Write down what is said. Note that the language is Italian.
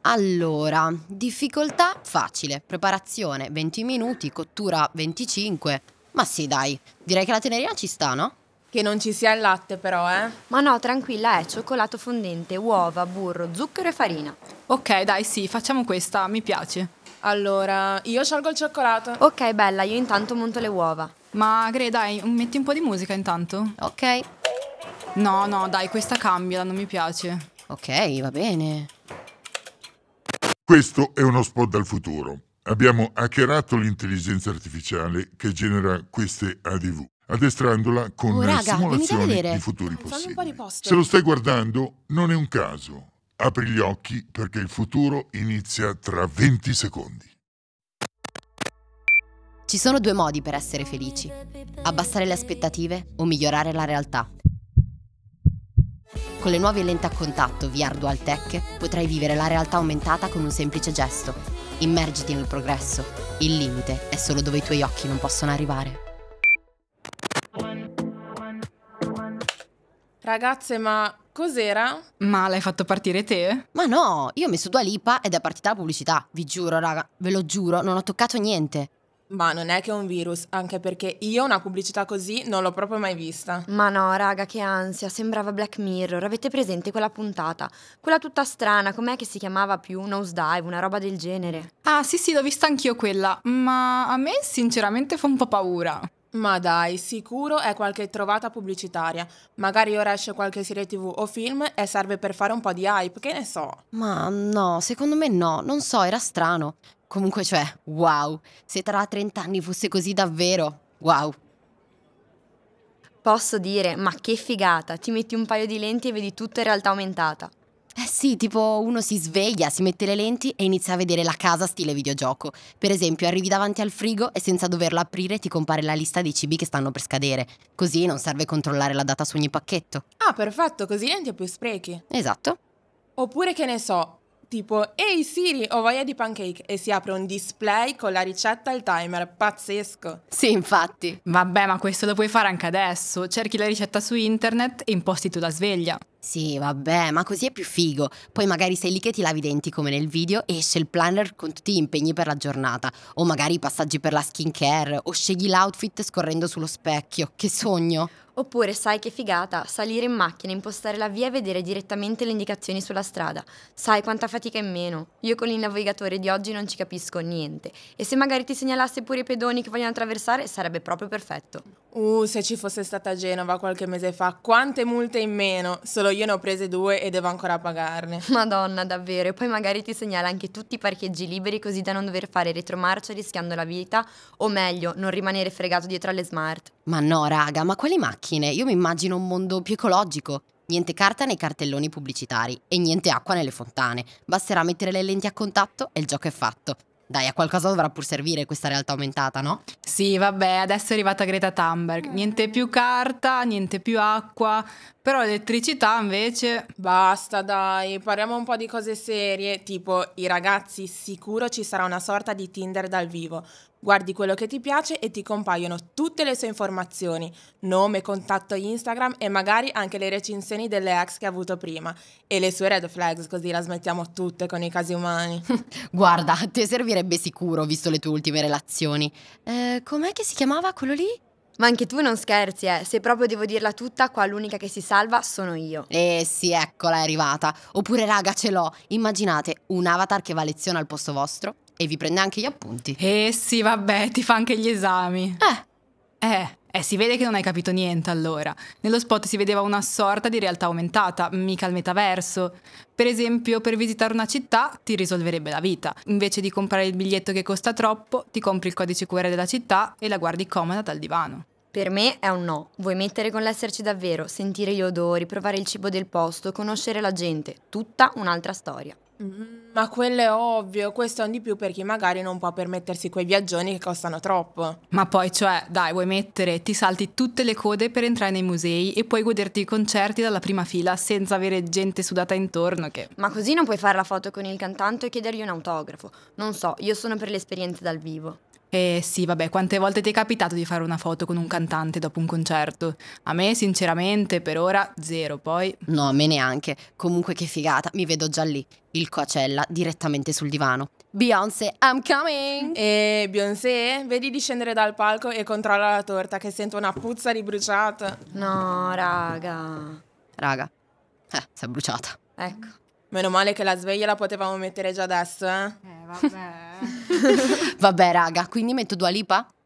Allora, difficoltà facile, preparazione 20 minuti, cottura 25. Ma sì, dai, direi che la tenerina ci sta, no? Che non ci sia il latte però, eh? Ma no, tranquilla, è cioccolato fondente, uova, burro, zucchero e farina. Ok, dai, sì, facciamo questa, mi piace. Allora, io scelgo il cioccolato. Ok, bella, io intanto monto le uova. Ma Gre, dai, metti un po' di musica intanto. Ok, No, dai, questa cambia, non mi piace. ok, va bene. Questo è uno spot dal futuro. Abbiamo hackerato l'intelligenza artificiale che genera queste ADV, addestrandola con Oh, raga, venite a simulazioni vedere. di futuri Fammi un po' possibili. di posto. Se lo stai guardando, non è un caso. Apri gli occhi perché il futuro inizia tra 20 secondi. Ci sono due modi per essere felici: abbassare le aspettative o migliorare la realtà. Con le nuove lenti a contatto VR Dual Tech potrai vivere la realtà aumentata con un semplice gesto. Immergiti nel progresso. Il limite è solo dove i tuoi occhi non possono arrivare. Ragazze, ma cos'era? Ma l'hai fatto partire te? Ma no, io ho messo Dua Lipa ed è partita la pubblicità. Vi giuro, raga, ve lo giuro, non ho toccato niente. Ma non è che è un virus, anche perché io una pubblicità così non l'ho proprio mai vista. Ma no, raga, che ansia, sembrava Black Mirror. Avete presente quella puntata? Quella tutta strana, com'è che si chiamava più? Nosedive, una roba del genere. Ah, sì, l'ho vista anch'io quella, ma a me sinceramente fa un po' paura. Ma dai, sicuro è qualche trovata pubblicitaria. Magari ora esce qualche serie TV o film e serve per fare un po' di hype, che ne so. Ma no, secondo me no, non so, era strano. Comunque, cioè, wow, se tra 30 anni fosse così davvero, wow. Posso dire, ma che figata, ti metti un paio di lenti e vedi tutto in realtà aumentata. Eh sì, tipo uno si sveglia, si mette le lenti e inizia a vedere la casa stile videogioco. Per esempio, arrivi davanti al frigo e senza doverlo aprire ti compare la lista dei cibi che stanno per scadere. Così non serve controllare la data su ogni pacchetto. Ah, perfetto, così niente più sprechi. Esatto. Oppure che ne so, tipo, ehi Siri, ho voglia di pancake e si apre un display con la ricetta e il timer, pazzesco. Sì, infatti. Vabbè, ma questo lo puoi fare anche adesso. Cerchi la ricetta su internet e imposti tu la sveglia. Sì, vabbè, ma così è più figo. Poi magari sei lì che ti lavi i denti come nel video e esce il planner con tutti gli impegni per la giornata. O magari i passaggi per la skincare. O scegli l'outfit scorrendo sullo specchio. Che sogno! Oppure, sai che figata, salire in macchina, impostare la via e vedere direttamente le indicazioni sulla strada. Sai quanta fatica in meno? Io con il navigatore di oggi non ci capisco niente. E se magari ti segnalasse pure i pedoni che vogliono attraversare, sarebbe proprio perfetto. Se ci fosse stata Genova qualche mese fa, quante multe in meno. Solo io ne ho prese 2 e devo ancora pagarne. Madonna, davvero. E poi magari ti segnala anche tutti i parcheggi liberi così da non dover fare retromarcia rischiando la vita, o meglio, non rimanere fregato dietro alle smart. Ma no, raga, ma quali macchine? Io mi immagino un mondo più ecologico. Niente carta nei cartelloni pubblicitari e niente acqua nelle fontane. Basterà mettere le lenti a contatto e il gioco è fatto. Dai, a qualcosa dovrà pur servire questa realtà aumentata, no? Sì, vabbè, adesso è arrivata Greta Thunberg. Niente più carta, niente più acqua. Però l'elettricità invece... Basta dai, parliamo un po' di cose serie, tipo i ragazzi sicuro ci sarà una sorta di Tinder dal vivo. Guardi quello che ti piace e ti compaiono tutte le sue informazioni, nome, contatto Instagram e magari anche le recensioni delle ex che ha avuto prima. E le sue red flags, così la smettiamo tutte con i casi umani. Guarda, a te servirebbe sicuro, visto le tue ultime relazioni. Com'è che si chiamava quello lì? Ma anche tu non scherzi, se proprio devo dirla tutta, qua l'unica che si salva sono io. Sì, eccola, è arrivata. Oppure, raga, ce l'ho. Immaginate un avatar che va a lezione al posto vostro e vi prende anche gli appunti. Sì, vabbè, ti fa anche gli esami. Si vede che non hai capito niente allora. Nello spot si vedeva una sorta di realtà aumentata, mica il metaverso. Per esempio, per visitare una città ti risolverebbe la vita. Invece di comprare il biglietto che costa troppo, ti compri il codice QR della città e la guardi comoda dal divano. Per me è un no. Vuoi mettere con l'esserci davvero, sentire gli odori, provare il cibo del posto, conoscere la gente. Tutta un'altra storia. Ma quello è ovvio, questo è un di più per chi magari non può permettersi quei viaggioni che costano troppo. Ma poi, cioè, dai, vuoi mettere, ti salti tutte le code per entrare nei musei e puoi goderti i concerti dalla prima fila senza avere gente sudata intorno che... Ma così non puoi fare la foto con il cantante e chiedergli un autografo. Non so, io sono per le esperienze dal vivo. Sì, vabbè, quante volte ti è capitato di fare una foto con un cantante dopo un concerto? A me, sinceramente, per ora zero, poi... No, a me neanche. Comunque che figata, mi vedo già lì, il Coachella direttamente sul divano. Beyoncé, I'm coming! E Beyoncé, vedi di scendere dal palco e controlla la torta che sento una puzza di bruciata. No, raga. Raga, si è bruciata. Ecco. Meno male che la sveglia la potevamo mettere già adesso, eh? vabbè... Vabbè, raga, quindi metto Dua Lipa?